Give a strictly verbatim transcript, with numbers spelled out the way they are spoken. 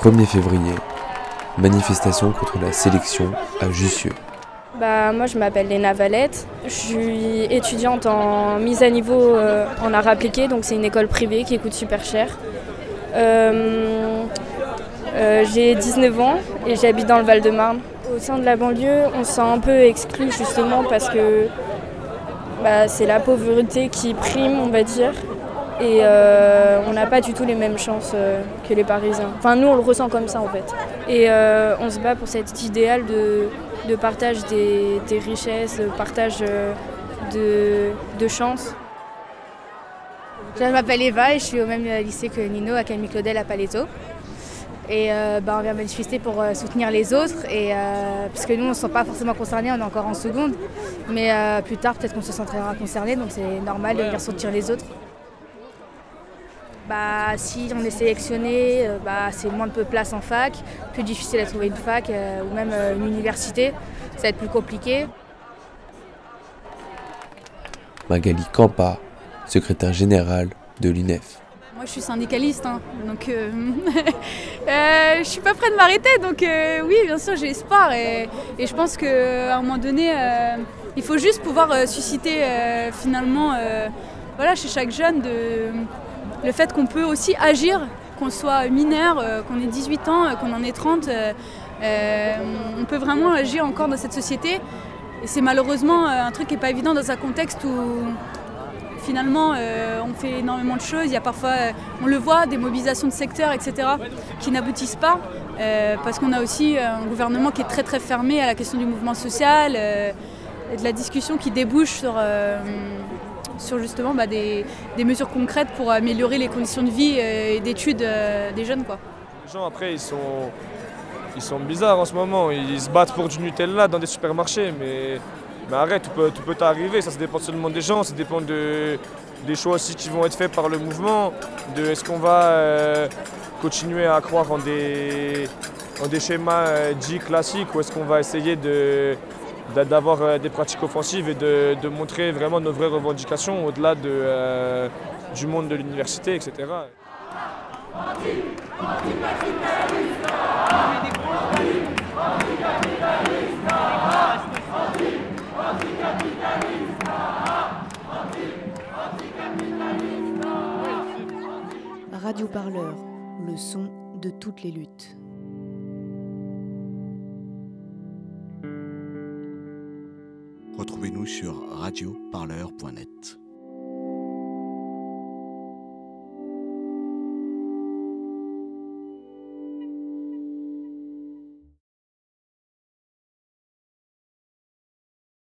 premier février, manifestation contre la sélection à Jussieu. Bah, moi je m'appelle Léna Valette, je suis étudiante en mise à niveau euh, en art appliqué, donc c'est une école privée qui coûte super cher. Euh, euh, j'ai dix-neuf ans et j'habite dans le Val-de-Marne. Au sein de la banlieue, on se sent un peu exclu justement parce que bah, c'est la pauvreté qui prime, on va dire. Et euh, on n'a pas du tout les mêmes chances euh, que les Parisiens. Enfin, nous, on le ressent comme ça, en fait. Et euh, on se bat pour cet idéal de, de partage des, des richesses, de partage euh, de, de chances. Je m'appelle Eva et je suis au même lycée que Nino, à Camille Claudel à Paletto. Et euh, bah, on vient manifester pour euh, soutenir les autres, et, euh, parce que nous, on ne se sent pas forcément concernés, on est encore en seconde. Mais euh, plus tard, peut-être qu'on se sentira concernés, donc c'est normal de venir soutenir les autres. Bah, si on est sélectionné, euh, bah, c'est moins de place en fac, plus difficile à trouver une fac euh, ou même euh, une université, ça va être plus compliqué. Magali Campa, secrétaire générale de l'U N E F. Moi je suis syndicaliste, hein, donc euh, euh, je suis pas prête de m'arrêter, donc euh, oui bien sûr j'ai espoir et, et je pense qu'à un moment donné euh, il faut juste pouvoir euh, susciter euh, finalement euh, voilà, chez chaque jeune de, le fait qu'on peut aussi agir, qu'on soit mineur, euh, qu'on ait dix-huit ans, euh, qu'on en ait trente, euh, euh, on peut vraiment agir encore dans cette société et c'est malheureusement euh, un truc qui n'est pas évident dans un contexte où finalement, euh, on fait énormément de choses. Il y a parfois, euh, on le voit, des mobilisations de secteurs, et cetera, qui n'aboutissent pas, euh, parce qu'on a aussi euh, un gouvernement qui est très très fermé à la question du mouvement social, euh, et de la discussion qui débouche sur, euh, sur justement bah, des, des mesures concrètes pour améliorer les conditions de vie et d'études euh, des jeunes, quoi. Les gens après, ils sont, ils sont bizarres en ce moment. Ils se battent pour du Nutella dans des supermarchés, mais Mais arrête, tout peut, tout peut arriver, ça, ça dépend seulement des gens, ça dépend de, des choix aussi qui vont être faits par le mouvement, de est-ce qu'on va euh, continuer à croire en des, en des schémas euh, dits classiques ou est-ce qu'on va essayer de, d'avoir euh, des pratiques offensives et de, de montrer vraiment nos vraies revendications au-delà de, euh, du monde de l'université, et cetera. Radio Parleur, le son de toutes les luttes. Retrouvez-nous sur radio parleur point net.